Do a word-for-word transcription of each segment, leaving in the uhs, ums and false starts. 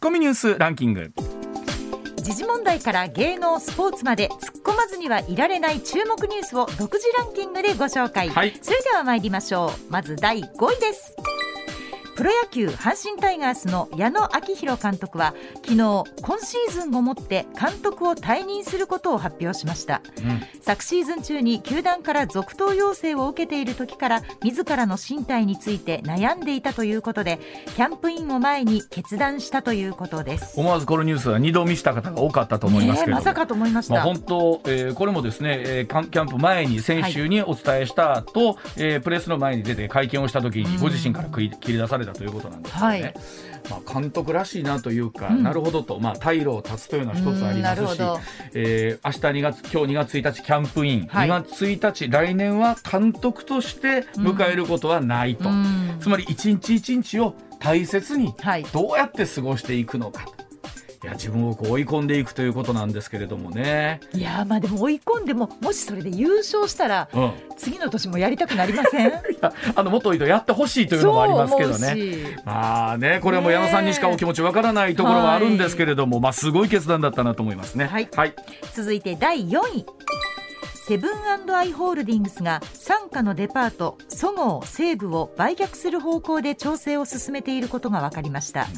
コミニュースランキング。 時事問題から芸能スポーツまで突っ込まずにはいられない注目ニュースを独自ランキングでご紹介、はい、それでは参りましょう。まずだいごいです。プロ野球阪神タイガースの矢野昭弘監督は昨日今シーズンをもって監督を退任することを発表しました、うん、昨シーズン中に球団から続投要請を受けている時から自らの身体について悩んでいたということでキャンプインを前に決断したということです。 思わずこのニュースはにど見した方が多かったと思いますけど、 ね、まさかと思いました、 まあ、本当、えー、これもですね、えー、キャンプ前に選手にお伝えした後、はい、えー、プレスの前に出て会見をした時にご自身から切り出されたということなんです、ね、はい、まあ、監督らしいなというか、うん、なるほどと、まあ、退路を断つというのは一つありますし、えー、明日にがつ今日にがつついたちキャンプイン、はい、にがつついたち来年は監督として迎えることはないと、うん、つまり一日一日を大切にどうやって過ごしていくのか、はい、いや自分をこう追い込んでいくということなんですけれどもね。 いやまあでも追い込んでももしそれで優勝したら、うん、次の年もやりたくなりません？いやあのもっといいとやってほしいというのもありますけどね。まあねこれはもう矢野さんにしかお気持ちわからないところはあるんですけれども、はい、まあ、すごい決断だったなと思いますね、 はいはい、続いてだいよんい。セブン&アイ・ホールディングスが傘下のデパートそごう・西武を売却する方向で調整を進めていることが分かりました、うん、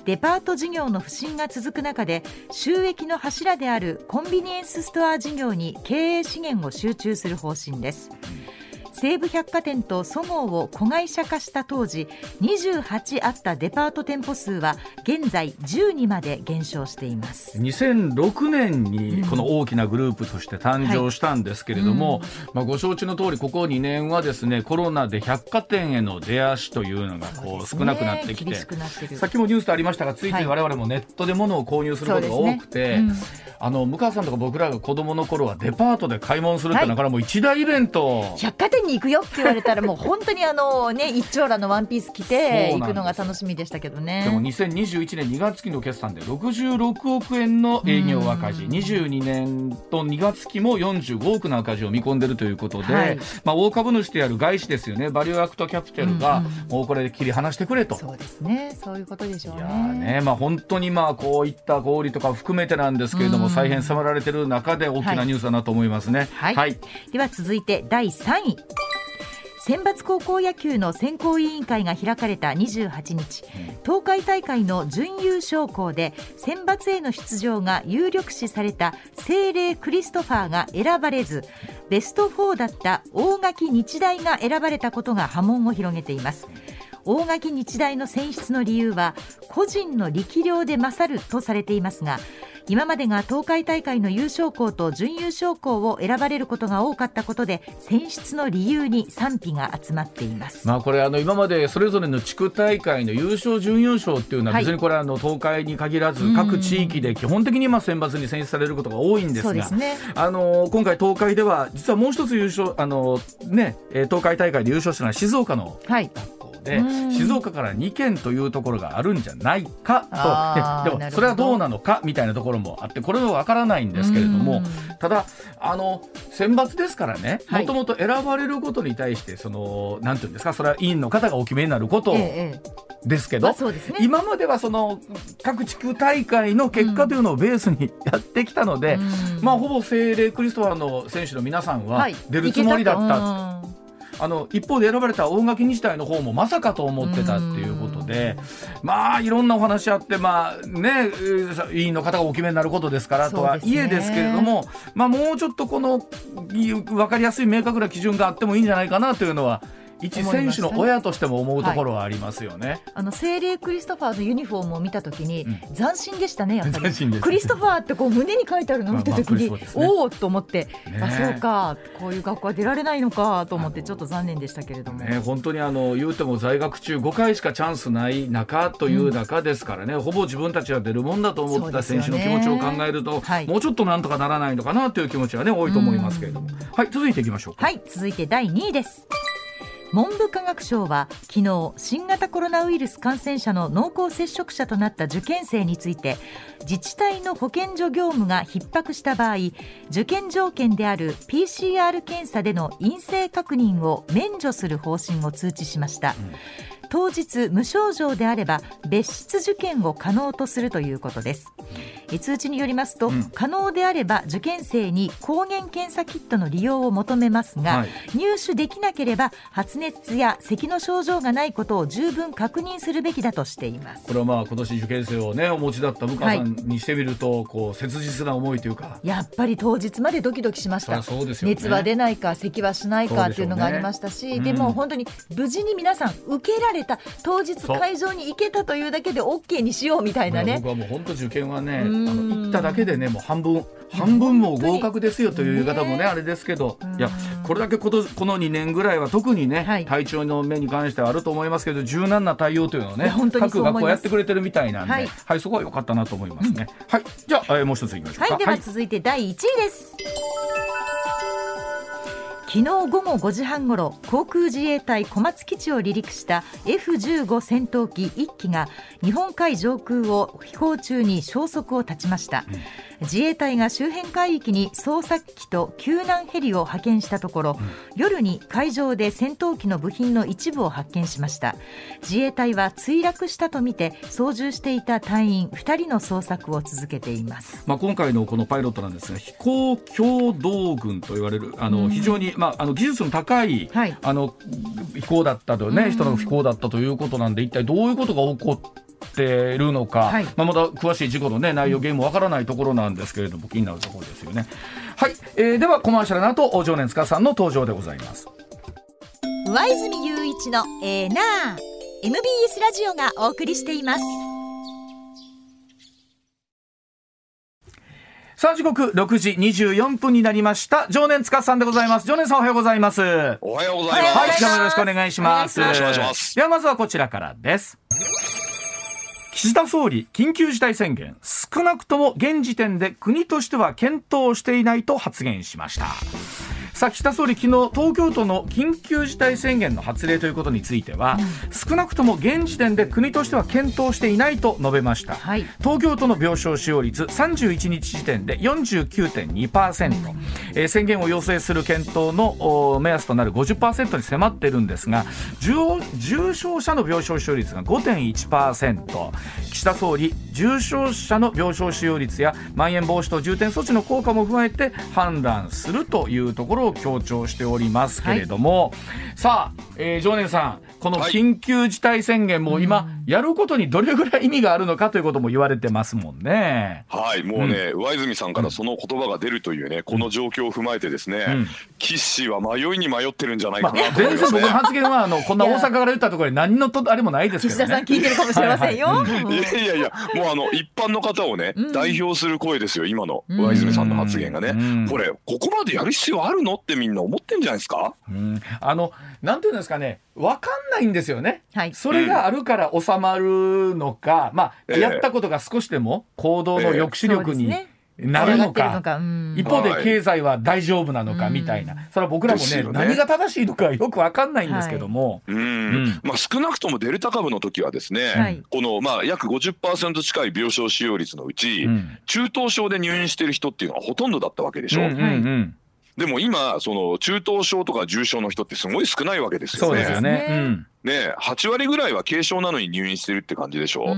デパート事業の不振が続く中で収益の柱であるコンビニエンスストア事業に経営資源を集中する方針です。西武百貨店とそごうを子会社化した当時にじゅうはちあったデパート店舗数は現在じゅうにまで減少しています。 にせんろくねんにこの大きなグループとして誕生したんですけれども、はい、うん、まあ、ご承知の通りここにねんはですねコロナで百貨店への出足というのがこう少なくなってきて、さっきもニュースでありましたがついつい我々もネットで物を購入することが多くて、はい、うん、あの向川さんとか僕らが子供の頃はデパートで買い物するってのは、はい、もう一大イベント、 百貨店に行くよって言われたらもう本当にあの、ね、一丁羅のワンピース着て行くのが楽しみでしたけどね。 でもにせんにじゅういちねんにがつ期の決算でろくじゅうろくおくえんの営業赤字、にじゅうにねんとにがつ期もよんじゅうごおくの赤字を見込んでいるということで、はい、まあ、大株主である外資ですよね、バリューアクトキャピタルがもうこれで切り離してくれと、 うんうん、そうですね、そういうことでしょうね。 いやね、まあ、本当にまあこういった合理とか含めてなんですけれども、うん、再編迫られている中で大きなニュースだなと思いますね、 はいはいはい、では続いてだいさんい。選抜高校野球の選考委員会が開かれたにじゅうはちにち、東海大会の準優勝校で選抜への出場が有力視された聖隷クリストファーが選ばれず、ベストフォーだった大垣日大が選ばれたことが波紋を広げています。大垣日大の選出の理由は個人の力量で勝るとされていますが、今までが東海大会の優勝校と準優勝校を選ばれることが多かったことで選出の理由に賛否が集まっています。 まあ、これあの今までそれぞれの地区大会の優勝準優勝っていうのは別にこれはあの東海に限らず各地域で基本的にまあ選抜に選出されることが多いんですが、そうですね、あの今回東海では実はもう一つ優勝あの、ね、東海大会で優勝したのは静岡の、はい、で静岡からにけんというところがあるんじゃないかと、でもそれはどうなのかみたいなところもあってこれは分からないんですけれども、ただあの選抜ですからね、もともと選ばれることに対してそのなんていうんですか、それは委員の方がお決めになることですけど、ええ、まあね、今まではその各地区大会の結果というのをベースにやってきたので、うん、まあ、ほぼ聖隷クリストファーの選手の皆さんは出るつもりだった、はい、あの一方で選ばれた大垣日大の方もまさかと思ってたっていうことで、まあいろんなお話あって、まあね、委員の方がお決めになることですからとはいえですけれども、まあ、もうちょっとこの分かりやすい明確な基準があってもいいんじゃないかなというのは一選手の親としても思うところはありますよね、はい、あの聖隷クリストファーのユニフォームを見たときに、うん、斬新でしたね。やっぱりクリストファーってこう胸に書いてあるのを見たときに、まあまあね、おおと思って、ね、あそうかこういう学校は出られないのかと思ってちょっと残念でしたけれども、 ね、本当にあの言うても在学中ごかいしかチャンスない中という中ですからね、うん、ほぼ自分たちは出るもんだと思ってた選手の気持ちを考えると、はい、もうちょっとなんとかならないのかなという気持ちは、ね、多いと思いますけれども、はい、続いていきましょうか。 はい、続いてだいにいです。文部科学省は昨日新型コロナウイルス感染者の濃厚接触者となった受験生について自治体の保健所業務が逼迫した場合、受験条件である ピーシーアール 検査での陰性確認を免除する方針を通知しました、うん、 当日無症状であれば別室受験を可能とするということです。通知によりますと、うん、可能であれば受験生に抗原検査キットの利用を求めますが、はい、入手できなければ発熱や咳の症状がないことを十分確認するべきだとしています。 これはまあ今年受験生を、ね、お持ちだった向川さんにしてみると、はい、こう切実な思いというか、 やっぱり当日までドキドキしました。 そうですよね、 熱は出ないか咳はしないかっていうのがありましたし、で、ねうん、でも本当に無事に皆さん受けられた、当日会場に行けたというだけで OK にしようみたいなね。 僕はもう本当受験はね、あの行っただけでね、もう半分半分も合格ですよという方もね、あれですけど、いやこれだけことこのにねんぐらいは特にね、はい、体調の面に関してはあると思いますけど、柔軟な対応というのをね各学校やってくれてるみたたいなんで、はい、はい、そこは良かったなと思いますね、うん、はい、じゃあ、えー、もう一ついきましょうか。 はい、では続いてだいいちいです、はい、昨日午後ごじはんごろ、航空自衛隊小松基地を離陸した エフじゅうご 戦闘機いっきが日本海上空を飛行中に消息を絶ちました、うん、自衛隊が周辺海域に捜索機と救難ヘリを派遣したところ、うん、夜に海上で戦闘機の部品の一部を発見しました。自衛隊は墜落したとみて操縦していた隊員ふたりの捜索を続けています。 まあ、今回のこのパイロットなんですが、飛行教導群と言われるあの、うん、非常に、まあ、あの技術の高い、はい、あの飛行だったとね、うん、人の飛行だったということなんで、一体どういうことが起こっているのか、はい、まあ、まだ詳しい事故の、ね、内容原因もわからないところなんですけれども、気になるところですよね。はい、えー、ではコマーシャルの後、常念塚さんの登場でございます。 上泉雄一のエーナー エムビーエス ラジオがお送りしています。 さあ時刻ろくじにじゅうよんぷんになりました。常念塚さんでございます。常念さん、おはようございます。 おはようございます。 はい、じゃあよろしくお願いします。 よろしくお願いします。 ではまずはこちらからです。岸田総理、緊急事態宣言、少なくとも現時点で国としては検討していないと発言しました。さあ岸田総理、昨日東京都の緊急事態宣言の発令ということについては、うん、少なくとも現時点で国としては検討していないと述べました、はい、東京都の病床使用率さんじゅういちにち時点で よんじゅうきゅうてんにパーセント、うんえー、宣言を要請する検討の目安となる ごじゅっパーセント に迫っているんですが、 重, 重症者の病床使用率が ごてんいちパーセント、 岸田総理、重症者の病床使用率やまん延防止等重点措置の効果も踏まえて判断するというところを強調しておりますけれども、はい、さあ、えー、常念さん、この緊急事態宣言も今、はい、やることにどれぐらい意味があるのかということも言われてますもんね。 はい、もうね、うん、上泉さんからその言葉が出るというね、この状況を踏まえてですね、うん、岸は迷いに迷ってるんじゃないかなと思いますね。 全然僕の発言はあのこんな大阪から言ったところに何のとあれもないですけどね。 岸田さん聞いてるかもしれませんよ。はいはい、 いやいやいや、もうあの一般の方をね、うん、代表する声ですよ、今の上泉さんの発言がね、うん、これここまでやる必要あるのってみんな思ってんじゃないですか。 うん、あのなんていうんですかね、分かんないんですよね、はい、それがあるから収まるのか、まあ、えー、やったことが少しでも行動の抑止力になるのか、えーのか一方で経済は大丈夫なのかみたいな、はい、それは僕らも ね, ね何が正しいのかよく分かんないんですけども、 はい、うん、うんまあ、少なくともデルタ株の時はですね、はい、このまあ約 ごじゅっパーセント 近い病床使用率のうち、うん、中等症で入院している人っていうのはほとんどだったわけでしょ、うんうんうん、でも今その中等症とか重症の人ってすごい少ないわけですよね。 そうですよね、うん、 ね、はちわりぐらいは軽症なのに入院してるって感じでしょ、うん、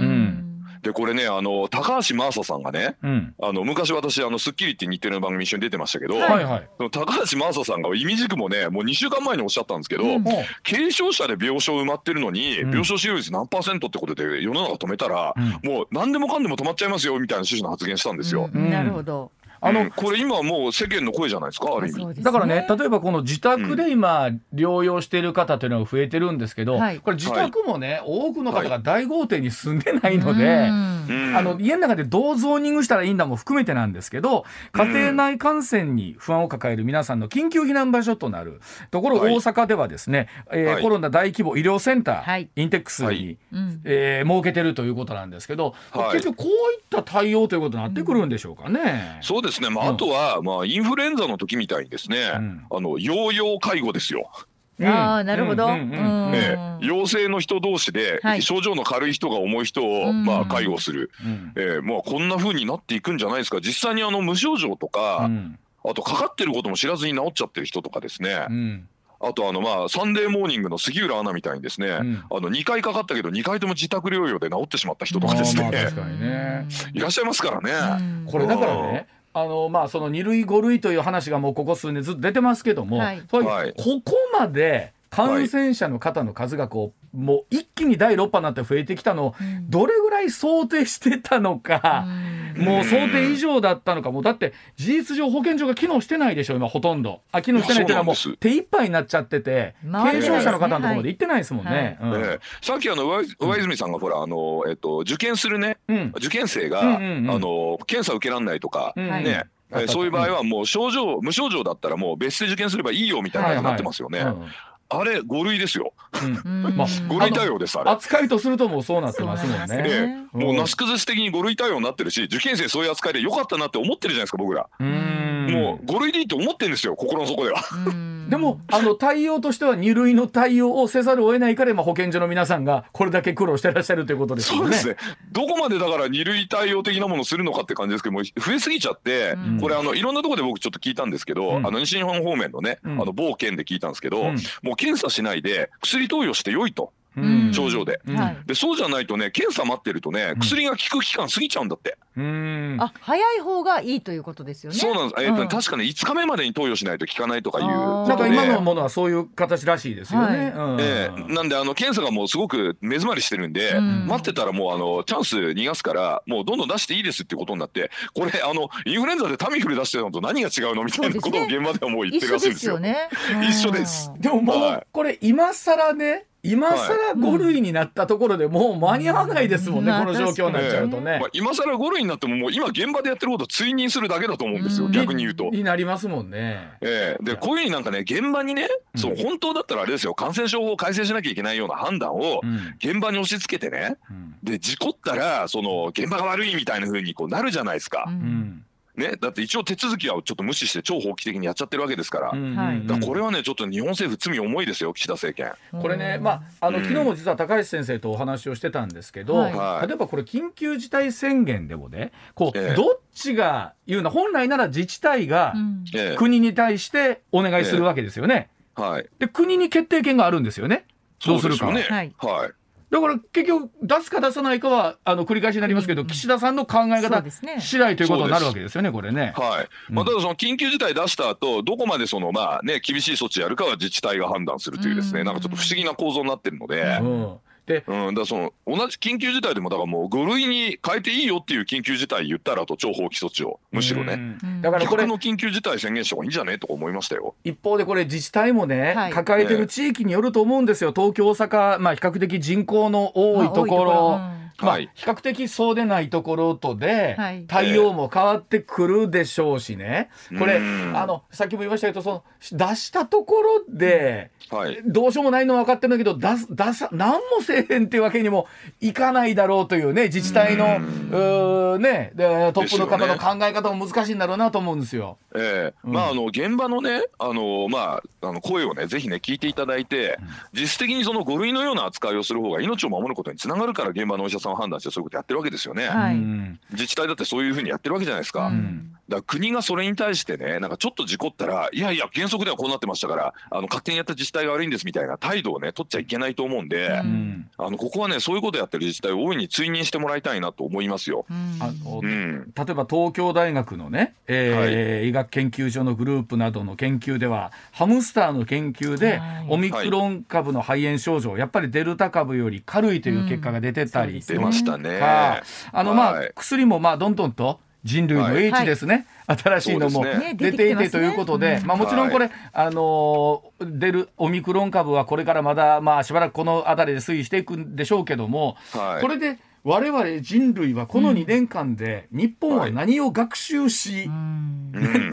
でこれね、あの高橋真麻さんがね、うん、あの昔私あのスッキリって日テレの番組一緒に出てましたけど、はいはい、高橋真麻さんが意味軸もねもうにしゅうかんまえにおっしゃったんですけど、うん、軽症者で病床埋まってるのに、うん、病床使用率何パーセントってことで世の中止めたら、うん、もう何でもかんでも止まっちゃいますよみたいな趣旨の発言したんですよ、 うんうん、なるほど。 あの、うん、これ今はもう世間の声じゃないですか、ある意味、 ね、だからね、例えばこの自宅で今、うん、療養している方というのが増えてるんですけど、はい、これ自宅もね、はい、多くの方が大豪邸に住んでないので、はい、あの家の中でどうゾーニングしたらいいんだも含めてなんですけど、家庭内感染に不安を抱える皆さんの緊急避難場所となるところ、はい、大阪ではですね、えーはい、コロナ大規模医療センター、はい、インテックスに、はいえー、設けてるということなんですけど、はい、結局こういった対応ということになってくるんでしょうかね。 うん、そうですね、まあ、あとは、まあ、インフルエンザの時みたいにですね、うん、あの療養介護ですよ。 ああ、なるほど。 陽性の人同士で、はい、症状の軽い人が重い人を、まあ、介護する、うんえーまあ、こんな風になっていくんじゃないですか。実際にあの無症状とか、うん、あとかかってることも知らずに治っちゃってる人とかですね、うんあとあのまあサンデーモーニングの杉浦アナみたいにですね、うん、あのにかいかかったけどにかいとも自宅療養で治ってしまった人とかですね、まあまあ確かにねいらっしゃいますからね。 これだからね、あのまあそのに類ご類という話がもうここ数年ずっと出てますけども、はい、ここまで感染者の方の数がこう、はい、もう一気にだいろっ波になって増えてきたのをどれぐらい想定してたのか、うん、もう想定以上だったのか、もうだって事実上保健所が機能してないでしょ今ほとんど。あ、機能してないというのはもう手一杯になっちゃってて、軽症者の方のところまで行ってないですもんね。 さっきあの上泉さんがほらあの、えっと、受験するね、うん、受験生が、うんうんうん、あの検査受けられないとか、うん、ね、えー、そういう場合はもう症状無症状だったらもう別で受験すればいいよみたいなになってますよね。はいはい、うん、あれご類ですよ。うん、まあ、ご類対応です。あれ扱いとするともうそうなってますもんね。 ね、もうなし崩し的にご類対応になってるし、受験生そういう扱いでよかったなって思ってるじゃないですか僕ら。うん、もうご類でいいと思ってるんですよ心の底では。 でもあの対応としてはに類の対応をせざるを得ないから、まあ、保健所の皆さんがこれだけ苦労してらっしゃるということですよね。 そうですね。どこまでだからに類対応的なものをするのかって感じですけども、増えすぎちゃって、うん、これあのいろんなところで僕ちょっと聞いたんですけど、うん、あの西日本方面のね、うん、あの某県で聞いたんですけど、うん、もう検査しないで薬投与してよいと。うん、症状で、うん、でそうじゃないとね検査待ってるとね、うん、薬が効く期間過ぎちゃうんだって。 うん、あ、早い方がいいということですよね。 そうなんです、えーとね、うん、確かねいつかめまでに投与しないと効かないとかいうことで、 なんか今のものはそういう形らしいですよね。はい、うん、 えー、なんであの検査がもうすごく目詰まりしてるんで、うん、待ってたらもうあのチャンス逃がすからもうどんどん出していいですってことになって、これあのインフルエンザでタミフル出してるのと何が違うのみたいなことを現場ではもう言ってるらしいんですよ。 一緒ですよね。 一緒です。 でももうこれ今更ね、今更ご類になったところでもう間に合わないですもんね、うん、この状況になっちゃうとね、 まあ、今更ご類になってももう今現場でやってることを追認するだけだと思うんですよ、うん、逆に言うとになりますもんね、 えー、でこういうふうになんかね現場にね、うん、そう本当だったらあれですよ、感染症法を改正しなきゃいけないような判断を現場に押し付けてね、うん、で事故ったらその現場が悪いみたいなふうにこうなるじゃないですか、うんね、だって一応手続きはちょっと無視して超法規的にやっちゃってるわけですから、うん、だからこれはねちょっと日本政府罪重いですよ岸田政権。 これね、まあ、あの昨日も実は高橋先生とお話をしてたんですけど、はい、例えばこれ緊急事態宣言でもねこう、えー、どっちが言うの、本来なら自治体が国に対してお願いするわけですよね、えーはい、で国に決定権があるんですよね、どうするか。 そうですよね、はいはい、 だから結局出すか出さないかはあの繰り返しになりますけど、うん、岸田さんの考え方次第ということになるわけですよね、これね。 はい、うん、まあ、ただその緊急事態出した後どこまでそのまあね厳しい措置やるかは自治体が判断するというですね、うん、なんかちょっと不思議な構造になってるので。うんでうん、だからその同じ緊急事態でもだからもうご類に変えていいよっていう緊急事態言ったらと超法規措置をむしろね、うん、だからこれ逆の緊急事態宣言した方がいいんじゃねとか思いましたよ。 一方でこれ自治体もね、はい、抱えてる地域によると思うんですよ。東京大阪、まあ、比較的人口の多いところ、まあ、比較的そうでないところとで対応も変わってくるでしょうしね、これあのさっきも言いましたけど、その出したところでどうしようもないのは分かってるんだけど、出す出さ何もせえへんっていうわけにもいかないだろうというね、自治体のう、ね、でトップの方の考え方も難しいんだろうなと思うんですよ。 えーうん、まああの現場のねあの、まあ、あの声をねぜひね聞いていただいて、うん、実質的にそのご類のような扱いをする方が命を守ることにつながるから現場のお医者さんを判断してそういうことやってるわけですよね、はい、自治体だってそういうふうにやってるわけじゃないですか、うん、だから国がそれに対してねなんかちょっと事故ったらいやいや原則ではこうなってましたからあの勝手にやった自治体が悪いんですみたいな態度をね取っちゃいけないと思うんで、うん、あのここはねそういうことやってる自治体を大いに追認してもらいたいなと思いますよ、うん、あの、うん、 例えば東京大学のね、えーはい、医学研究所のグループなどの研究ではハムスターの研究で、はい、オミクロン株の肺炎症状、やっぱりデルタ株より軽いという結果が出てたり、うん、 出ましたね。 あのまあ、はい、薬もまあどんどんと人類の英知ですね、はい、新しいのも出ていてということで、ね、まあ、もちろんこれ、はい、あの出るオミクロン株はこれからまだまあしばらくこの辺りで推移していくんでしょうけども、はい、これで我々人類はこのにねんかんで日本は何を学習し、うん、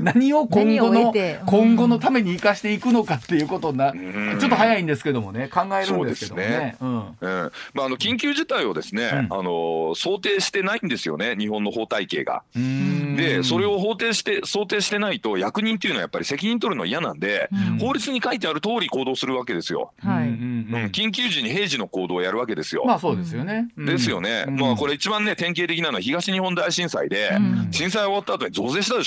何を今後の、うん、今後のために生かしていくのかっていうことな、うん、ちょっと早いんですけどもね考えるんですけどもね。 緊急事態をですね、うん、あの想定してないんですよね日本の法体系が。でそれを法定して想定してないと役人っていうのはやっぱり責任取るの嫌なんで、うん、法律に書いてある通り行動するわけですよ、はい、うん、緊急時に平時の行動をやるわけですよ。 まあそうですよね、 うん、ですよね、うん、まあこれ一番ね典型的なのは東日本大震災で、うん、震災終わった後に増税したでしょ復興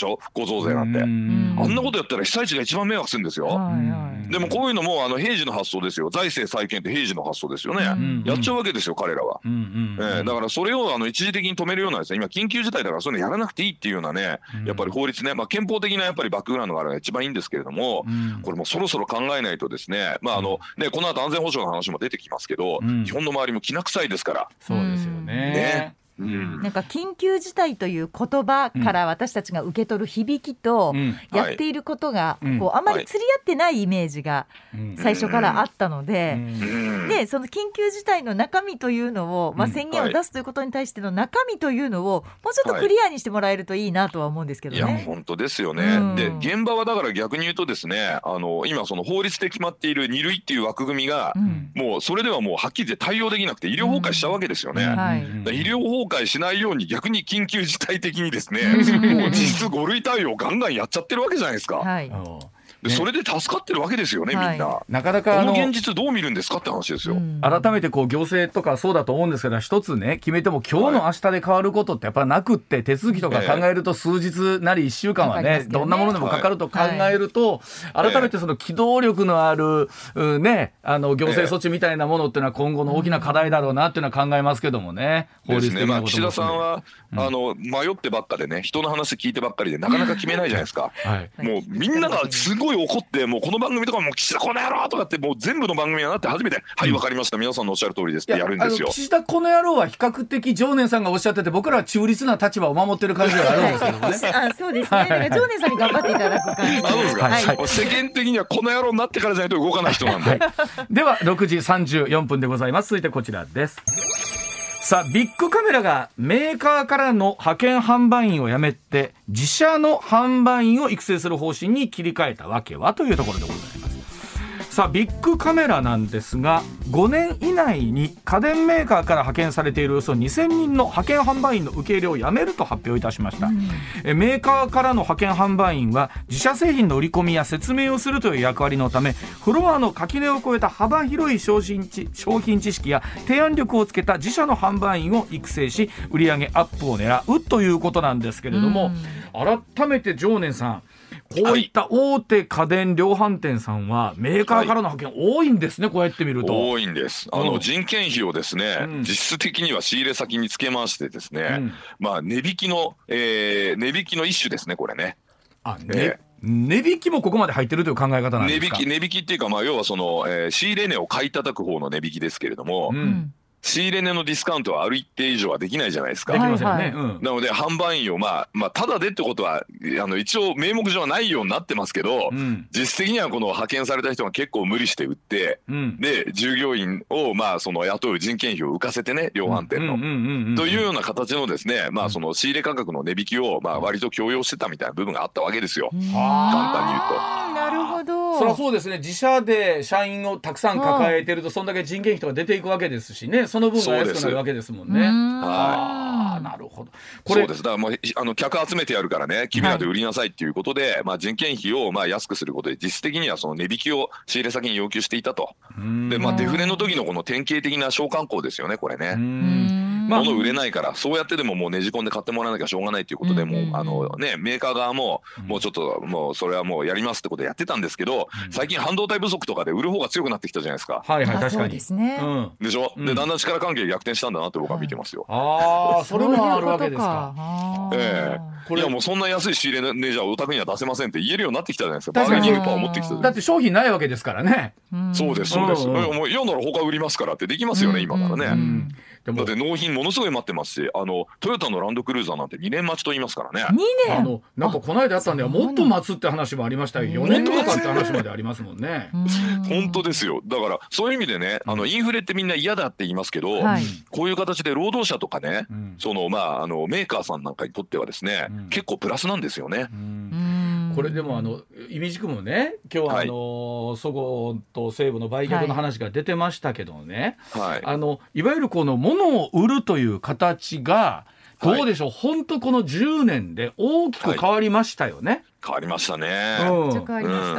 増税なんて。あんなことやったら被災地が一番迷惑するんですよ。でもこういうのもあの平時の発想ですよ。財政再建って平時の発想ですよね。やっちゃうわけですよ彼らは。えー、だからそれをあの一時的に止めるようなですね、今緊急事態だからそういうのやらなくていいっていうようなね、やっぱり法律ね、まあ、憲法的なやっぱりバックグラウンドがあるのが一番いいんですけれども、これもそろそろ考えないとですね、まああのね、この後安全保障の話も出てきますけど、日本の周りもきな臭いですから。 そうですよね。 ね、 うん、なんか緊急事態という言葉から私たちが受け取る響きとやっていることがこうあまり釣り合ってないイメージが最初からあったので、でその緊急事態の中身というのを、まあ、宣言を出すということに対しての中身というのをもうちょっとクリアにしてもらえるといいなとは思うんですけどね。 いや本当ですよね、うん、で現場はだから逆に言うとですね、あの今その法律で決まっているに類っていう枠組みが、うん、もうそれではもうはっきり言って対応できなくて医療崩壊しちゃうわけですよね、うんはい、医療崩壊しないように逆に緊急事態的にですねもう実質ご類対応ガンガンやっちゃってるわけじゃないですか、はいでそれで助かってるわけですよね、はい、みんな。なかなかあのこの現実どう見るんですかって話ですよ、うん、 改めてこう行政とかそうだと思うんですけど、一つね決めても今日の明日で変わることってやっぱなくって、手続きとか考えると数日なりいっしゅうかんは ね, ねどんなものでもかかると考えると、はい、改めてその機動力のある、ね、あの行政措置みたいなものっていうのは今後の大きな課題だろうなっていうのは考えますけどもね、 法律的なことも、ねまあ、岸田さんは、うん、あの迷ってばっかでね、人の話聞いてばっかりでなかなか決めないじゃないですか、はい、もうみんながすごい怒ってもうこの番組とかも岸田この野郎とかってもう全部の番組になって初めて、うん、はいわかりました皆さんのおっしゃる通りですってやるんですよ。 岸田この野郎は比較的常念さんがおっしゃってて、僕らは中立な立場を守ってる感じがあるんですけどねあそうですね、はいはい、常念さんに頑張っていただく感じで、 あそうですか、はい、世間的にはこの野郎になってからじゃないと動かない人なんで、はい、 ではろくじさんじゅうよんぷんでございます。続いてこちらです。さあビッグカメラがメーカーからの派遣販売員を辞めて自社の販売員を育成する方針に切り替えたわけはというところでございます。さあビッグカメラなんですが、ごねん以内に家電メーカーから派遣されているおよそにせんにんの派遣販売員の受け入れをやめると発表いたしました、うん、えメーカーからの派遣販売員は自社製品の売り込みや説明をするという役割のため、フロアの垣根を越えた幅広い商品知、商品知識や提案力をつけた自社の販売員を育成し売上アップを狙うということなんですけれども、うん、改めて常念さん、こういった大手家電量販店さんはメーカーからの派遣多いんですね、はい、こうやって見ると多いんです。あの、うん、人件費をですね、うん、実質的には仕入れ先につけましてですね、うん、まあ値引きの、えー、値引きの一種ですねこれね。 あ、ねえー値引きもここまで入ってるという考え方なんですか。 値引き、値引きっていうか、まあ、要はその、えー、仕入れ値を買い叩く方の値引きですけれども、うん仕入れ値のディスカウントはある一定以上はできないじゃないですか。 できませんね、うん、 なので販売員をまあまあただでってことはあの一応名目上はないようになってますけど、うん、実質的にはこの派遣された人が結構無理して売って、うん、で従業員をまあその雇う人件費を浮かせてね量販店のというような形のですね、まあその仕入れ価格の値引きをまあ割と強要してたみたいな部分があったわけですよ、簡単に言うと。 なるほど。 そりゃそうですね、自社で社員をたくさん抱えてるとそんだけ人件費とか出ていくわけですしね、その分が安くなるわけですもんね。 はい、 なるほど。 これそうです。だからもうあの客集めてやるからね、君らで売りなさいっていうことで、はい、まあ人件費をまあ安くすることで実質的にはその値引きを仕入れ先に要求していたと。でまあデフレの時のこの典型的な商慣行ですよねこれね。物売れないからそうやってでももうねじ込んで買ってもらわなきゃしょうがないということで、もうあのねメーカー側ももうちょっともうそれはもうやりますってことでやってたんですけど、最近半導体不足とかで売る方が強くなってきたじゃないですか。 はいはい、確かに。 ですね。 でしょ。でだんだん力関係逆転したんだなって僕は見てますよ。 ああ、それもあるわけですか。 ええ。いやもうそんな安い仕入れ値じゃお宅には出せませんって言えるようになってきたじゃないですか。バーゲニングパワー持ってきた。 だって商品ないわけですからね。 そうですそうです。もう嫌なら他売りますからってできますよね今ならね。だって納品ものすごい待ってますし、あのトヨタのランドクルーザーなんてにねん待ちと言いますからね。 にねん。 あのなんかこの間あったんではもっと待つって話もありましたよ。よねんとかって話までありますもんね。 本当ですよ。だからそういう意味でね、あのインフレってみんな嫌だって言いますけど、はい、こういう形で労働者とかね、うん、そのまああのメーカーさんなんかにとってはですね、うん、結構プラスなんですよね。 うんこれでもあのいみじくもね、今日はあの、はい、そごうと西武の売却の話が出てましたけどね、はい、あのいわゆるこの物を売るという形がどうでしょう、はい、本当このじゅうねんで大きく変わりましたよね。 はい、変わりましたね。 めっちゃ変わりました。うん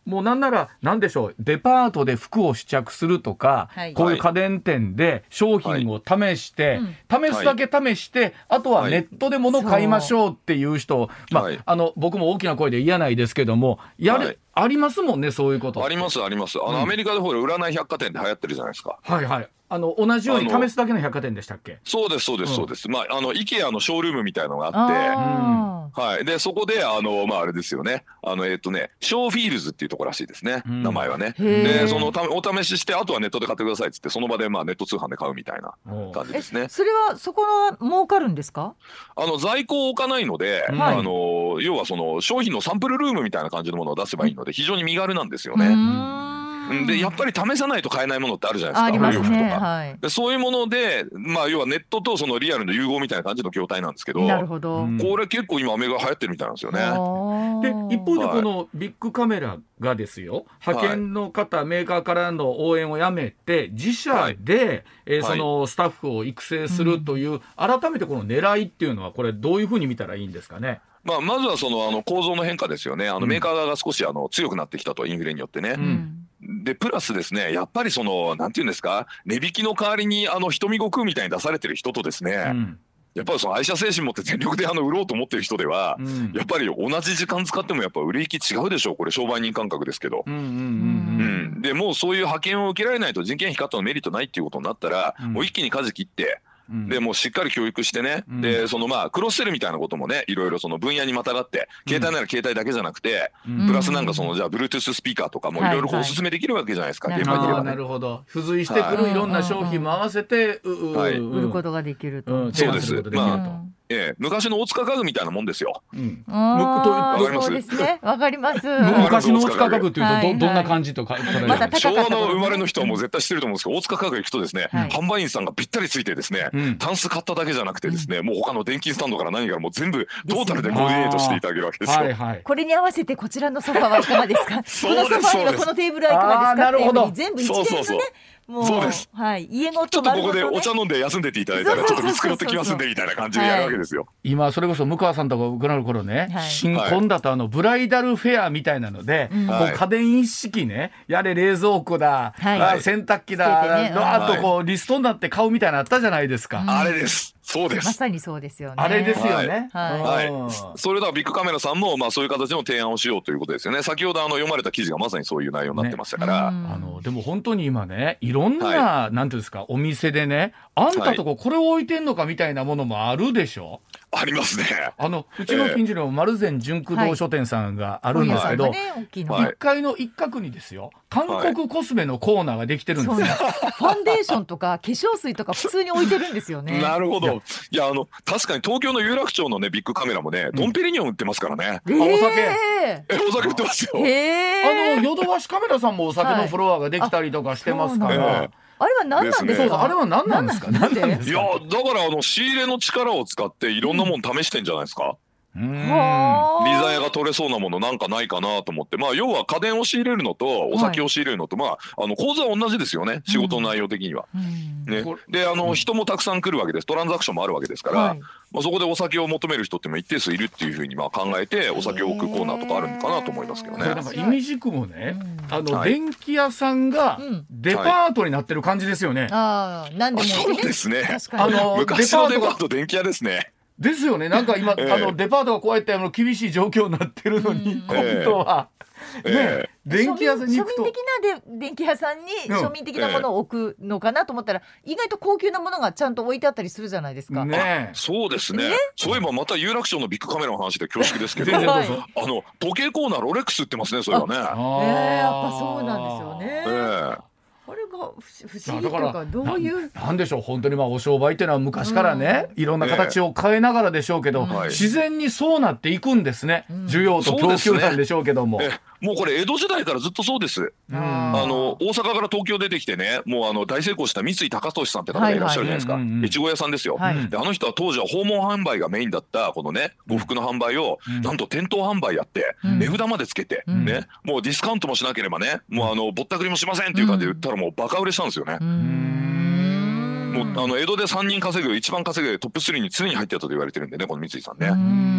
もうなんなら何でしょう、デパートで服を試着するとか、はい、こういう家電店で商品を試して、はい、試すだけ試して、はい、あとはネットで物買いましょうっていう人、はい、まあ、はい、あの僕も大きな声で言わないですけどもやる、はい、ありますもんね、そういうこと。 ありますあります。あの、うん、アメリカでほら占い百貨店で流行ってるじゃないですか。 はいはい。あの同じように試すだけの百貨店でしたっけ。 そうですそうですそうです、うん、まああの IKEA のショールームみたいなのがあって、あ、うん、はい、でそこであのまああれですよね、あのえっ、ー、とねショーフィールズっていうところらしいですね、うん、名前はね。でそのお試しして、あとはネットで買ってくださいっつって、その場でまあネット通販で買うみたいな感じですね。 それはそこは儲かるんですか。 あの在庫を置かないので、うん、あの要はその商品のサンプルルームみたいな感じのものを出せばいいので、非常に身軽なんですよね。でやっぱり試さないと買えないものってあるじゃないですか。ありますね、はい、でそういうもので、まあ、要はネットとそのリアルの融合みたいな感じの業態なんですけど、 なるほど、 これ結構今アメが流行ってるみたいなんですよね。 で一方でこのビッグカメラがですよ、派遣の方、はい、メーカーからの応援をやめて自社で、はい、えー、そのスタッフを育成するという、はい、改めてこの狙いっていうのはこれどういうふうに見たらいいんですかね。 まあ、まずはそのあの構造の変化ですよね。あのメーカー側が少しあの強くなってきたと、インフレによってね、うん、でプラスですね、やっぱりそのなんていうんですか、値引きの代わりにあの瞳悟空みたいに出されてる人とですね、うん、やっぱりその愛社精神持って全力であの売ろうと思ってる人では、うん、やっぱり同じ時間使ってもやっぱ売れ行き違うでしょう。これ商売人感覚ですけど、でもうそういう派遣を受けられないと人件費カットのメリットないっていうことになったら、うん、もう一気に舵切って、うん、でもうしっかり教育してね、うん、でそのまあクロスセルみたいなこともね、いろいろその分野にまたがって、携帯なら携帯だけじゃなくて、うん、プラスなんかそのじゃあ Bluetooth スピーカーとかもいろいろおすすめできるわけじゃないですか、現場にいればね。 なるほど、付随してくるいろんな商品も合わせて、 はい、売ることができると、 うん、そうです。まあええ、昔の大塚家具みたいなもんですよ。うん、 ああ、そうですね。わかります。 昔の大塚家具っていうと ど,、はいはい、どんな感じとか、 ま、昭和の生まれの人はもう絶対知ってると思うんですけど、大塚家具行くとですね、はい、販売員さんがぴったりついてですね、うん、タンス買っただけじゃなくてですね、うん、もう他の電気スタンドから何からもう全部トータルでコーディネートしていただけるわけですよ。はいはい、 これに合わせてこちらのソファはいかがですか。このソファにはこのテーブルはいかがですか。なるほど。全部一連のね。そうそうそう、もうそうです、はい、家ごと、ね、 ちょっとここでお茶飲んで休んでていただいたらちょっと見繕ってきますんでみたいな感じでやるわけですよ。 今それこそ向川さんとか伺う頃ね、はい、新婚だとあのブライダルフェアみたいなので、はい、こう家電一式ね、やれ冷蔵庫だ、はい、洗濯機だ、ね、あとこうリストになって買うみたいなのあったじゃないですか、 うん、あれです。そうです。 まさにそうですよね。 あれですよね。 はい。はい、それではビッグカメラさんもまあそういう形の提案をしようということですよね。先ほどあの読まれた記事がまさにそういう内容になってましたから。 ね、あのでも本当に今ね、いろんな、はい、なんていうんですか、お店でね、あんたとここれ置いてんのかみたいなものもあるでしょ。 ありますね。 あのうちの近所の丸善純駆動書店さんがあるんですけど、はい、いっかいの一角にですよ、韓国コスメのコーナーができてるんですよ。 ファンデーションとか化粧水とか普通に置いてるんですよね。 なるほど。いや、あの確かに東京の有楽町のねビッグカメラもね、ドンペリニョン売ってますからね。 えー、 あ、お酒えお酒売ってますよ。 えー、あのヨドバシカメラさんもお酒のフロアができたりとかしてますから、はい、 あれは何なんですか。 あれは何なんですか。何なんですか。 いやだからあの仕入れの力を使っていろんなもの試してんじゃないですか。うん、利ざやが取れそうなものなんかないかなと思って、まあ要は家電を仕入れるのとお酒を仕入れるのと、はい、まああの構図は同じですよね、仕事の内容的には。うんね、であの人もたくさん来るわけです。トランザクションもあるわけですから、はい、まあ、そこでお酒を求める人っても一定数いるっていうふうにまあ考えてお酒を置くコーナーとかあるのかなと思いますけどね。 なんかイメージクもね、あの、はい、電気屋さんがデパートになってる感じですよね。はい、 ああ、なんでも、ね、 そうですね。あの昔のデパート電気屋ですね。 ですよね。なんか今、えー、あのデパートがこうやってあの厳しい状況になってるのに、今度は、えー、ね、えー、電気屋さんに行くと庶民的なで電気屋さんに庶民的なものを置くのかなと思ったら、うん、意外と高級なものがちゃんと置いてあったりするじゃないですか。 ね、そうですね。そういえばまた有楽町のビッグカメラの話で恐縮ですけど、 はい、 あの時計コーナーロレックス売ってますね。それはね。 えー、やっぱそうなんですよね。えーこれが不思議というか、どういうな、なんでしょう。本当にまあお商売っていうのは昔からね、うん、いろんな形を変えながらでしょうけど、うん、自然にそうなっていくんですね、うん、需要と供給なんでしょうけども、 ね、もうこれ江戸時代からずっとそうです。うん、あの大阪から東京出てきてね、もうあの大成功した三井高利さんって方がいらっしゃるじゃないですか。越後屋さんですよ、はい、であの人は当時は訪問販売がメインだったこのね呉服の販売を、うん、なんと店頭販売やって、うん、値札までつけて、うん、ね、もうディスカウントもしなければね、もうあのぼったくりもしませんっていう感じで売ったらもうバカ売れしたんですよね。うん、もうあの江戸でさんにん稼ぐ一番稼ぐトップスリーに常に入ってたと言われてるんでね、この三井さんね。うん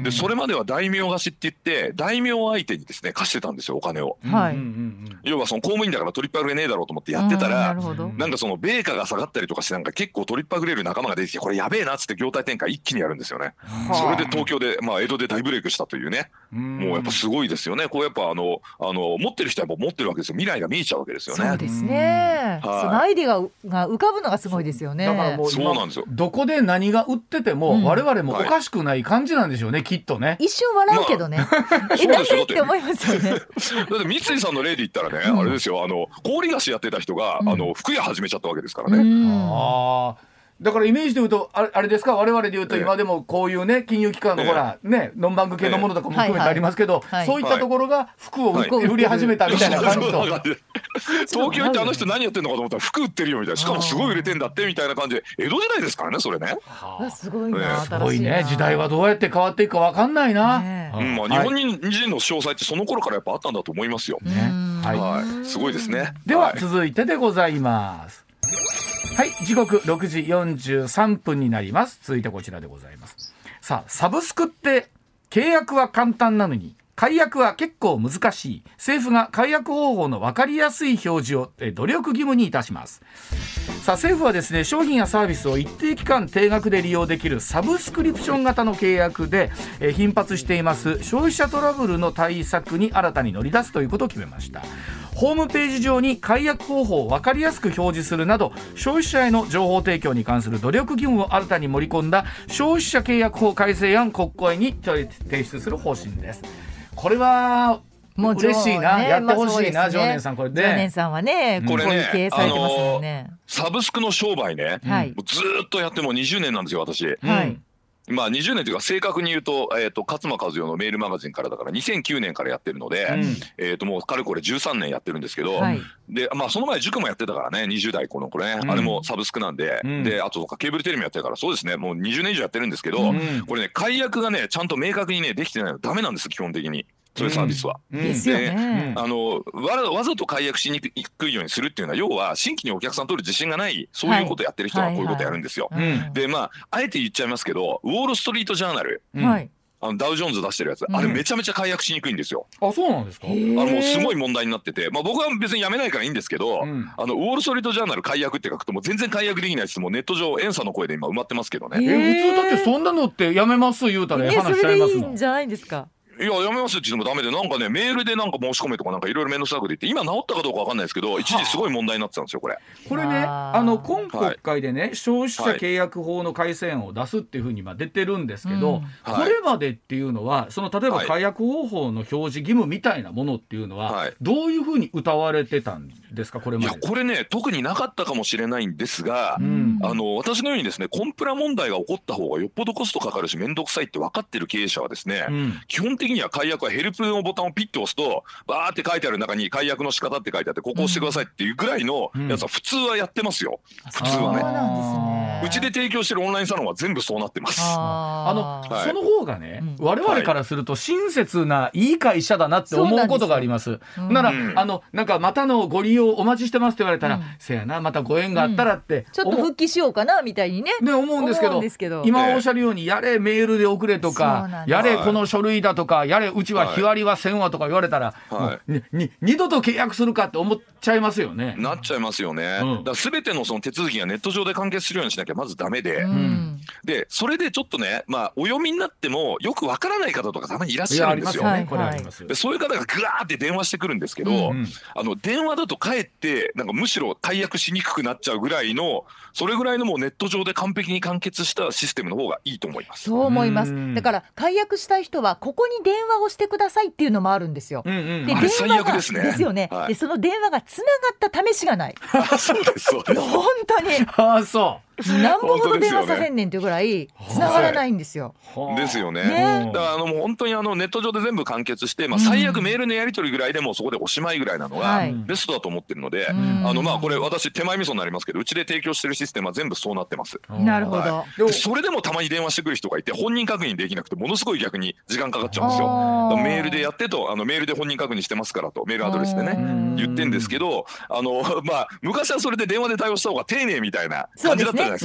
でそれまでは大名貸しって言って大名相手にですね貸してたんですよお金を。 はい、 要はその公務員だから取りっぱぐれねえだろうと思ってやってたら、なんかその米価が下がったりとかしてなんか結構取りっぱぐれる仲間が出てきてこれやべえなっつって業態転換一気にやるんですよね。それで東京でまあ江戸で大ブレイクしたというね。もうやっぱすごいですよね。こうやっぱあのあの持ってる人はやっぱ持ってるわけですよ。未来が見えちゃうわけですよね。 そうですね。そのアイデアが浮かぶのがすごいですよね。 だからもうそうなんですよ。 どこで何が売ってても我々もおかしくない感じなんでしょうね、きっとね。 一瞬笑うけどね。え、なんでって思いますよね。だって三井さんの例で言ったらね、あれですよ、あの氷菓子やってた人があの服屋始めちゃったわけですからね。 ああ。だからイメージで言うとあれ、あれですか、我々で言うと今でもこういうね金融機関のほらねノンバンク系のものとかも含めてありますけど、そういったところが服を売り始めたみたいな感じと、 東京行ってあの人何やってんのかと思ったら服売ってるよみたいな、しかもすごい売れてんだってみたいな感じで江戸時代ですからねそれね。 すごいな、 すごいね。時代はどうやって変わっていくか分かんないな。 まあ日本人の詳細ってその頃からやっぱあったんだと思いますよ。はい、すごいですね。 では続いてでございます。はい、時刻ろくじよんじゅうさんぷんになります。続いてこちらでございます。さあ、サブスクって契約は簡単なのに解約は結構難しい。政府が解約方法の分かりやすい表示を努力義務にいたします。さあ、政府はですね、商品やサービスを一定期間定額で利用できるサブスクリプション型の契約で、えー、頻発しています消費者トラブルの対策に新たに乗り出すということを決めました。ホームページ上に解約方法を分かりやすく表示するなど消費者への情報提供に関する努力義務を新たに盛り込んだ消費者契約法改正案国会に提出する方針です。これはもう嬉しいな、ね、やってほしいな、まあね、常念さんこれで、 常念さんはね、これね、経営されてますもんね。 サブスクの商売ね、はい、もうずっとやってもうにじゅうねんなんですよ私。はい、まあにじゅうねんというか正確に言うと、えー、と勝間和代のメールマガジンからだからにせんきゅうねんからやってるので、うん、えー、ともうかれこれじゅうさんねんやってるんですけど、はい、でまあその前塾もやってたからね、にじゅう代このこれね、うん、あれもサブスクなんで、うん、であとケーブルテレビもやってるからそうですね、もうにじゅうねん以上やってるんですけど、うん、これね解約がねちゃんと明確にねできてないのダメなんです基本的に。そういうサービスは。 うん、ですよね。 あのわ, わざと解約しにくいようにするっていうのは要は新規にお客さん取る自信がないそういうことやってる人はこういうことやるんですよ。はいはいはい、でまああえて言っちゃいますけどウォール・ストリート・ジャーナル、はい、あのダウ・ジョーンズ出してるやつ、うん、あれめちゃめちゃ解約しにくいんですよ。 あ、そうなんですか。あのもうすごい問題になってて、まあ、僕は別にやめないからいいんですけど、うん、あのウォール・ストリート・ジャーナル解約って書くともう全然解約できないです。もうネット上エンサの声で今埋まってますけどね。 え普通だってそんなのってやめます言うたら話しちゃいますの。 それでいいんじゃないですか。 いややめますって言ってもダメで、なんかねメールでなんか申し込めとかなんかいろいろ面倒くさくて言って今治ったかどうかわかんないですけど一時すごい問題になってたんですよこれ。 これね、あの今国会でね、はい、消費者契約法の改正案を出すっていうふうにまあ出てるんですけど、はい、これまでっていうのはその例えば解約方法の表示義務みたいなものっていうのは、はい、どういうふうに謳われてたんですかこれまで。 いやこれね特になかったかもしれないんですが、うん、あの私のようにですねコンプラ問題が起こった方がよっぽどコストかかるし面倒くさいって分かってる経営者はですね、うん、基本的には解約はヘルプのボタンをピッと押すとバーって書いてある中に解約の仕方って書いてあってここ押してくださいっていうぐらいのやつは普通はやってますよ、うん、普通はね。うちで提供してるオンラインサロンは全部そうなってます。 あの、はい、その方がね、うん、我々からすると親切ないい会社だなって思うことがあります。な, なら、うん、あのなんかまたのご利用お待ちしてますって言われたら、うん、せやなまたご縁があったらって、うん、 ちょっと復帰しようかなみたいにねね思うんですけ ど, 思うんですけど今おっしゃるように、えー、やれメールで送れとかやれこの書類だとかやれうちは日割りはせんわとか言われたら、はい、にに二度と契約するかって思っちゃいますよね。 なっちゃいますよね、うん、だから全てのその手続きがネット上で完結するようにしなきゃまずダメで、うん、でそれでちょっとね、まあ、お読みになってもよくわからない方とかたまにいらっしゃるんですよ。でそういう方がぐわーって電話してくるんですけど、うん、あの電話だとかえってなんかむしろ解約しにくくなっちゃうぐらいのそれぐらいのもうネット上で完璧に完結したシステムの方がいいと思います。 そう思います。だから解約したい人はここに電話をしてくださいっていうのもあるんですよ。うんうん、であれ最悪ですね。 ですよね、はい、でその電話がつながった試しがない。 あそうですそうです本当にあそう何本ほど電話させんねんっていうぐらい繋がらないんですよ。 ですよね。ねだからあのもう本当にあのネット上で全部完結して、まあ、最悪メールのやり取りぐらいでもそこでおしまいぐらいなのがベストだと思ってるので、はい、あのまあこれ私手前味噌になりますけどうちで提供してるシステムは全部そうなってます。 なるほど、はい、 でそれでもたまに電話してくる人がいて本人確認できなくてものすごい逆に時間かかっちゃうんですよ。メールでやってとあのメールで本人確認してますからとメールアドレスでね言ってんですけどあの、まあ、昔はそれで電話で対応した方が丁寧みたいな感じだったじゃないです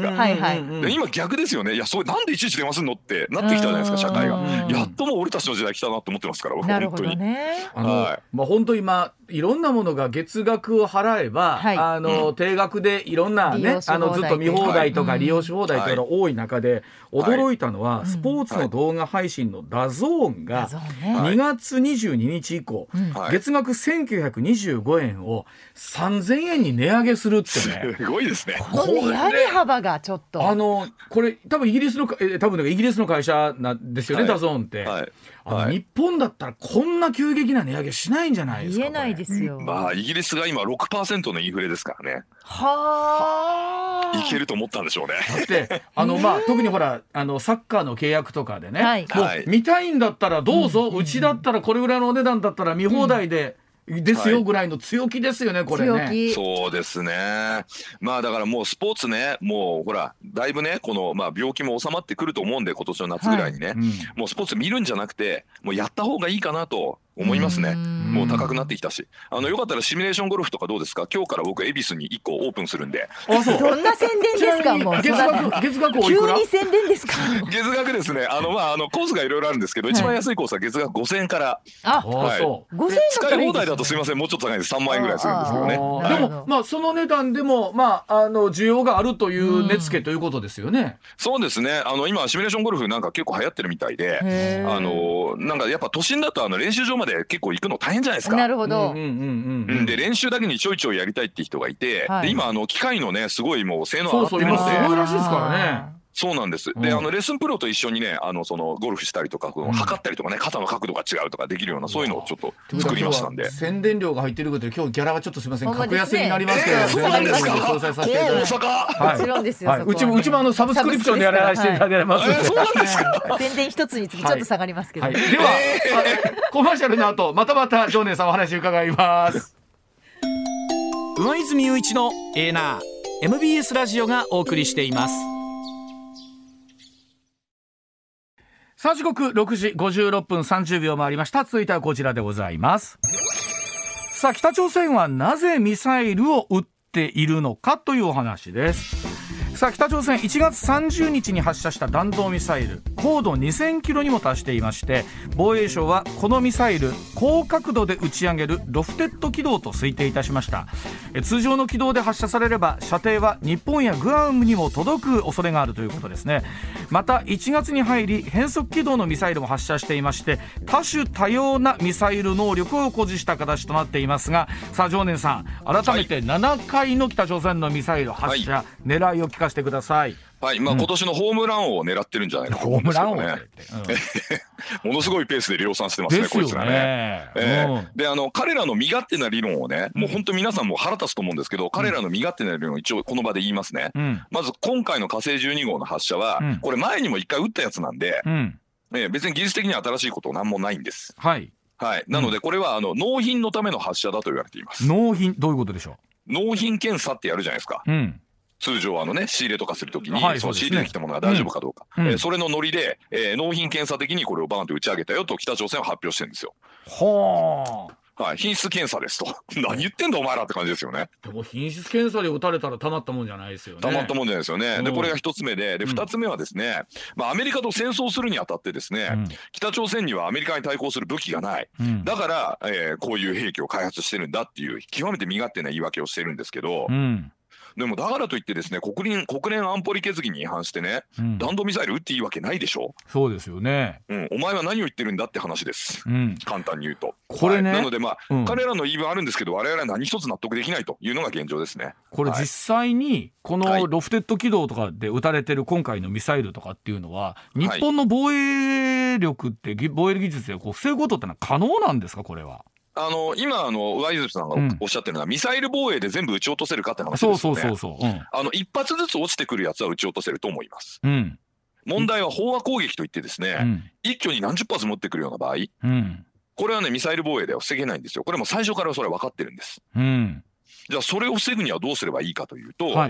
か。はいはい、で今逆ですよね。いやそれなんでいちいち電話するのってなってきたじゃないですか、社会が。やっともう俺たちの時代来たなと思ってますから僕は本当に。 あの、はい、まあ本当今いろんなものが月額を払えば、はい、あの、うん、定額でいろんなねあのずっと見放題とか利用し放題というのが多い中で、はい、驚いたのは、はい、スポーツの動画配信のダゾーンがにがつにじゅうににち以降、はい、月額せんきゅうひゃくにじゅうごえんをさんぜんえんに値上げするってねすごいですね。 この値上げ幅がちょっとあのこれ多分イギリスのえ多分イギリスの会社なんですよね、はい、ダゾーンって、はい、あのはい、日本だったらこんな急激な値上げしないんじゃないですか。 言えないですよ。 まあイギリスが今 ろくパーセント のインフレですからね。 はあ。 いけると思ったんでしょうね。 だってあの、まあ、特にほらあのサッカーの契約とかでね、はい、もう見たいんだったらどうぞ、うん、うちだったらこれぐらいのお値段だったら見放題で、うん、ですよぐらいの強気ですよね、はい、これね。 そうですね。まあだからもうスポーツね、もうほらだいぶねこの、まあ、病気も収まってくると思うんで今年の夏ぐらいにね、はい、うん、もうスポーツ見るんじゃなくてもうやった方がいいかなと思いますね。もう高くなってきたし、あのよかったらシミュレーションゴルフとかどうですか。今日から僕恵比寿にいっこオープンするんで。 あ、そう。どんな宣伝ですか。もう月額月額おいくら。 急に宣伝ですか。 月額ですね。あのまああのコースがいろいろあるんですけど、一番安いコースは月額ごせんえんから。 あ、はい、そう。ごせんえん使い放題だとすみません、もうちょっと高いです。さんまんえんぐらいするんですけどね。 でもまあその値段でもまああの需要があるという値付けということですよね。 そうですね。あの今シミュレーションゴルフなんか結構流行ってるみたいで、あのなんかやっぱ都心だとあの練習場まで結構行くの大変じゃないですか。 なるほど。 で練習だけにちょいちょいやりたいって人がいて、はい、で今あの機械のねすごいもう性能上がってるので、 そうそう今すごいらしいですからね。 そうなんです。で、あのレッスンプロと一緒にね、あのそのゴルフしたりとか、この測ったりとかね、肩の角度が違うとかできるようなそういうのをちょっと作りましたんで。 宣伝料が入ってることで今日ギャラがちょっとすみません格安になりますけど、 そうなんですか。大阪。もちろんですよ。 うちもうちもあのサブスクリプションでやらせていただきます。 そうなんですか。 宣伝一つにつきちょっと下がりますけど。 ではコマーシャルの後またまた常念さんお話伺います。 上泉雄一のエーナー エムビーエス ラジオがお送りしています。 さあ時刻ろくじごじゅうろっぷんさんじゅうびょう回りました。続いてはこちらでございます。さあ北朝鮮はなぜミサイルを撃っているのかというお話です。さあ北朝鮮いちがつさんじゅうにちに発射した弾道ミサイル高度にせんキロにも達していまして、防衛省はこのミサイル高角度で打ち上げるロフテッド軌道と推定いたしました。え通常の軌道で発射されれば射程は日本やグアムにも届く恐れがあるということですね。またいちがつに入り変則軌道のミサイルも発射していまして、多種多様なミサイル能力を誇示した形となっていますが、さあ常念さん改めてななかいの北朝鮮のミサイル発射、はい、狙いを聞かせてください。 はい、まあ、今年のホームラン王を狙ってるんじゃないかと思うんですけどね。うん、ものすごいペースで量産してますね、こいつらね。えーうん、であの彼らの身勝手な理論をね、もう本当皆さんも腹立つと思うんですけど、うん、彼らの身勝手な理論を一応この場で言いますね。うん、まず今回の火星じゅうにごうの発射は、うん、これ前にも一回撃ったやつなんで、うんえー、別に技術的には新しいことは何もないんです。はい。はい、なのでこれはあの納品のための発射だと言われています。 納品どういうことでしょう。納品検査ってやるじゃないですか。うん通常あのね仕入れとかするときに、はい、その仕入れてきたものが大丈夫かどうか、うんえー、それのノリで、えー、納品検査的にこれをバーンと打ち上げたよと北朝鮮は発表してるんですよ。はあ、はい、品質検査ですと何言ってんだお前らって感じですよね。 でも品質検査で打たれたらたまったもんじゃないですよね。 たまったもんじゃないですよね。でこれが一つ目で、で二つ目はですね、まあ、アメリカと戦争するにあたってですね、うん、北朝鮮にはアメリカに対抗する武器がない、うん、だから、えー、こういう兵器を開発してるんだっていう極めて身勝手な言い訳をしてるんですけど、うんでもだからといってですね 国連、国連安保理決議に違反してね、うん、弾道ミサイル撃っていいわけないでしょ。 そうですよね、 うん、お前は何を言ってるんだって話です、うん、簡単に言うとこれね、 はい、なのでまあ、うん、彼らの言い分あるんですけど我々は何一つ納得できないというのが現状ですね。 これ実際にこのロフテッド軌道とかで撃たれてる今回のミサイルとかっていうのは日本の防衛力って防衛技術でこう防ぐことってのは可能なんですか。これはあの今あの上泉さんがおっしゃってるのは、うん、ミサイル防衛で全部撃ち落とせるかって話ですよね。そうそうそうそう、うん、あの一発ずつ落ちてくるやつは撃ち落とせると思います、うん、問題は飽和攻撃といってですね、うん、一挙に何十発持ってくるような場合、うん、これはねミサイル防衛では防げないんですよ。これも最初からそれは分かってるんです、うん、じゃあそれを防ぐにはどうすればいいかというと、はい、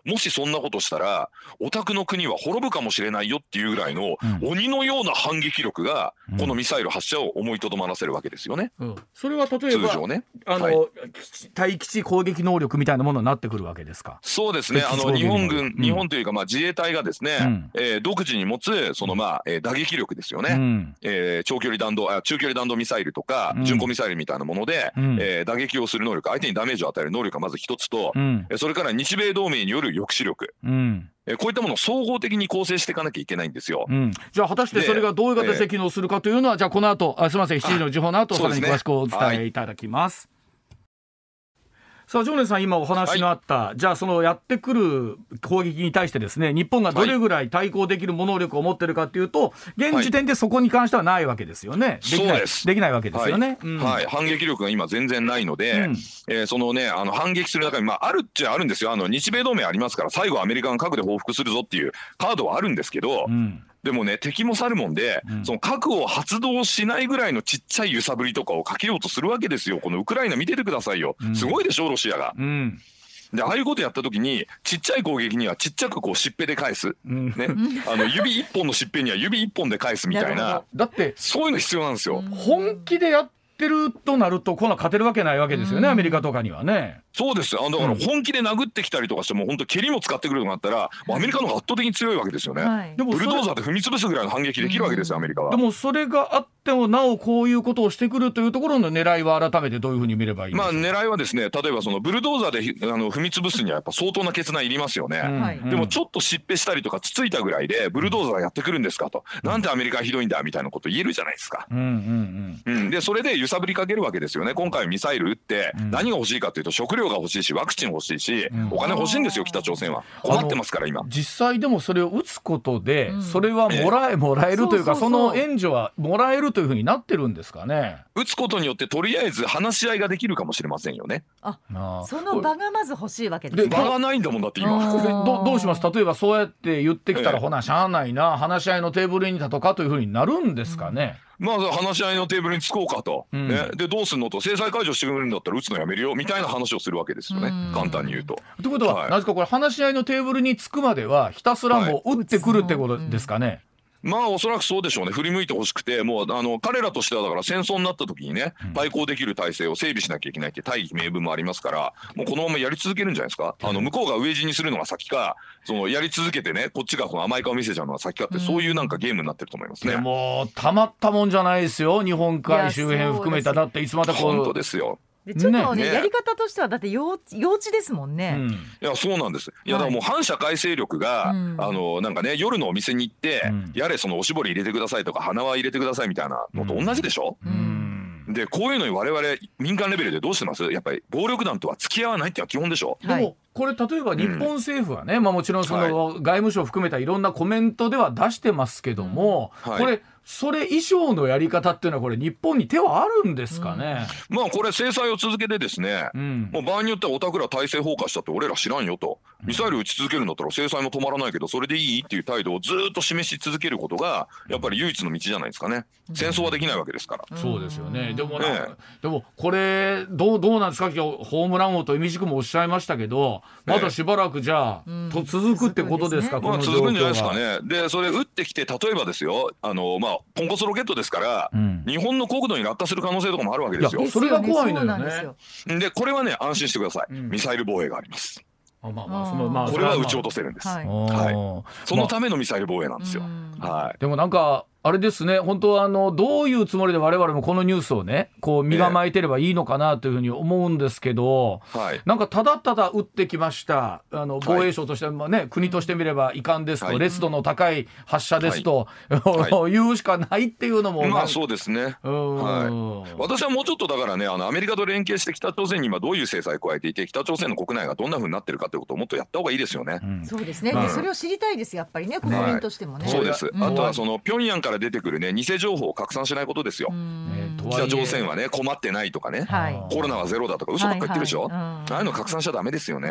もしそんなことしたらお宅の国は滅ぶかもしれないよっていうぐらいの鬼のような反撃力がこのミサイル発射を思いとどまらせるわけですよね、 うん、それは例えば通常ね、あの、はい、対基地攻撃能力みたいなものになってくるわけですか。 そうですね、あの日本軍、うん、日本というかまあ自衛隊がですね、うんえー、独自に持つそのまあ、えー、打撃力ですよね、うんえー、長距離弾道あ中距離弾道ミサイルとか、うん、巡航ミサイルみたいなもので、うんえー、打撃をする能力、相手にダメージを与える能力がまず一つと、うん、それから日米同盟による抑止力、うんこういったものを総合的に構成していかなきゃいけないんですよ、うん、 じゃあ果たしてそれがどういう形で機能するかというのは、えー、じゃあこの後あすみませんしちじの時報の後さらに詳しくお伝えいただきます。さあ常連さん今お話のあった、はい、じゃあそのやってくる攻撃に対してですね日本がどれぐらい対抗できる能力を持っているかというと現時点でそこに関してはないわけですよね、はい、できない、そうです、できないわけですよね、 はいうんはい、反撃力が今全然ないので、うんえー、そのねあの反撃する中に、まあ、あるっちゃあるんですよ。あの日米同盟ありますから最後アメリカが核で報復するぞっていうカードはあるんですけど、うんでもね敵も去るもんで、うん、その核を発動しないぐらいのちっちゃい揺さぶりとかをかけようとするわけですよ。このウクライナ見ててくださいよ、うん、すごいでしょロシアが、うん、でああいうことやった時にちっちゃい攻撃にはちっちゃくこうしっぺで返す、うんね、あの指一本のしっぺには指一本で返すみたいなだってそういうの必要なんですよ。 本気でやってるとなるとこんな勝てるわけないわけですよね、アメリカとかにはね。 そうですよ。あのだから本気で殴ってきたりとかしても本当蹴りも使ってくるとなったらアメリカの方が圧倒的に強いわけですよね、はい、でもブルドーザーで踏み潰すぐらいの反撃できるわけですよアメリカは。 でもそれがあってもなおこういうことをしてくるというところの狙いは改めてどういうふうに見ればいいんですか。 まあ狙いはですね例えばそのブルドーザーであの踏み潰すにはやっぱ相当な決断いりますよね、うん、でもちょっとしっぺしたりとかつついたぐらいでブルドーザーやってくるんですかと、うん、なんでアメリカはひどいんだみたいなこと言えるじゃないですか、うんうんうんうん、でそれで揺さぶりかけるわけですよね。今回ミサイル撃って何が欲しいかというと食料が欲しいしワクチン欲しいし、うん、お金欲しいんですよ北朝鮮は。困ってますから今。 実際でもそれを打つことで、うん、それはもらえ、もらえるというか そ, そ, その援助はもらえるというふうになってるんですかね。 打つことによってとりあえず話し合いができるかもしれませんよね。 ああその場がまず欲しいわけですね。 場がないんだもんだって今。 ど, どうします例えばそうやって言ってきたら、ええ、ほなしゃあないな話し合いのテーブルに立とうかというふうになるんですかね、 うんまあ、話し合いのテーブルにつこうかと、うんね、でどうすんのと制裁解除してくれるんだったら撃つのやめるよみたいな話をするわけですよね、簡単に言うと。 ということは、はい、なぜかこれ話し合いのテーブルにつくまではひたすらもう撃ってくるってことですかね、はいまあおそらくそうでしょうね。振り向いてほしくてもうあの彼らとしてはだから戦争になった時にね対抗できる体制を整備しなきゃいけないって大義名分もありますからもうこのままやり続けるんじゃないですか。あの向こうが飢え死にするのが先かそのやり続けてねこっちがこの甘い顔見せちゃうのが先かってそういうなんかゲームになってると思いますね。 でもたまったもんじゃないですよ日本海周辺含めた。だっていつまたこう本当ですよ。 でちょっと ね, ねやり方としてはだって幼 稚, 幼稚ですもんね、うん、 いやそうなんです。いやだからもう反社会勢力が、はい、あのなんかね夜のお店に行って、うん、やれそのおしぼり入れてくださいとか花輪入れてくださいみたいなのと同じでしょ、うんうん、でこういうのに我々民間レベルでどうしてます。やっぱり暴力団とは付き合わないっていうのは基本でしょ、 はい、でもこれ例えば日本政府はね、うんまあ、もちろんその外務省を含めたいろんなコメントでは出してますけども、うんはい、これそれ以上のやり方っていうのはこれ日本に手はあるんですかね、 うん、まあこれ制裁を続けてですね、うん、もう場合によってはおたくら体制崩壊したって俺ら知らんよと、ミサイル撃ち続けるんだったら制裁も止まらないけどそれでいいっていう態度をずっと示し続けることがやっぱり唯一の道じゃないですかね。戦争はできないわけですから、 うん、そうですよね。でもな、ね、でもこれどう、どうなんですか。今日ホームラン王と意味軸もおっしゃいましたけどまだしばらくじゃあ、ええ、と続くってことですか、うん、この状況は。 まあ、続くんじゃないですかね。でそれ撃ってきて例えばですよあの、まあ、ポンコツロケットですから、うん、日本の国土に落下する可能性とかもあるわけですよ。 それが怖いのよね。 でこれはね安心してください、うん、ミサイル防衛があります。あまあまあそのまあこれは撃ち落とせるんです、はいはい、そのためのミサイル防衛なんですよ、まあはい、 でもなんかあれですね本当はあのどういうつもりで我々もこのニュースをねこう身構えてればいいのかなというふうに思うんですけど、えーはい、なんかただただ撃ってきましたあの防衛省としてはね、はい、国としてみれば遺憾ですと、はい、烈度の高い発射ですと、はい、言うしかないっていうのもまあそうですね、はい、私はもうちょっとだからねあのアメリカと連携して北朝鮮に今どういう制裁を加えていて北朝鮮の国内がどんな風になってるかということをもっとやった方がいいですよね、うん、 そうですね、まあ、それを知りたいですやっぱりね国民としてもね、 はい、そうです、うん、あとはその平壌から出てくるね偽情報を拡散しないことですよ。北朝鮮はね困ってないとかね、はい、コロナはゼロだとか嘘ばっかり言ってるでしょ、はいはいうん、ああいうの拡散しちゃダメですよね。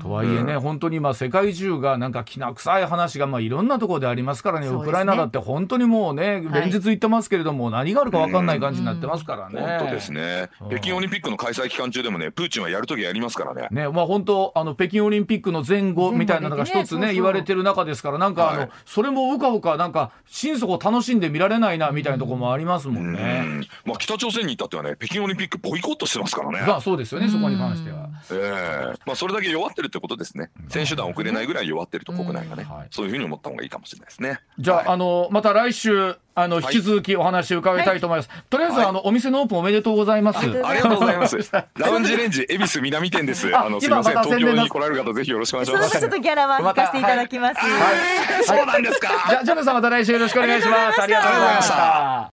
とはいえね、うん、本当に今世界中がなんかきな臭い話がまあいろんなところでありますからね。ウクライナだって本当にもうね、連日言ってますけれども、はい、何があるか分かんない感じになってますからね。 うん、本当ですね。北京オリンピックの開催期間中でもね、プーチンはやるときやりますからね。 ね、まあ本当あの北京オリンピックの前後みたいなのが一つね言われてる中ですから、なんかあの、はい、それもうかうかなんか心底楽しんで見られないなみたいなところもありますもんね。 うん、まあ、北朝鮮に至ってはね、北京オリンピックボイコットしてますからね。 まあそうですよね、そこに関しては。 えーまあ、それだけ弱ってるってことですね。選手団送れないぐらい弱ってると国内がね、はい、そういうふうに思った方がいいかもしれないですね。 じゃあ、はい、あのまた来週あの引き続きお話を伺いたいと思います。はい、とりあえず、はい、あのお店のオープンおめでとうございます。 ありがとうございます。ラウンジレンジ恵比寿南店です。あのすみません、東京に来られる方ぜひよろしくお願いします。 ちょっとギャラは引かせていただきます。 はい、そうなんですか。 じゃあジョネさんまた来週よろしくお願いします。ありがとうございました。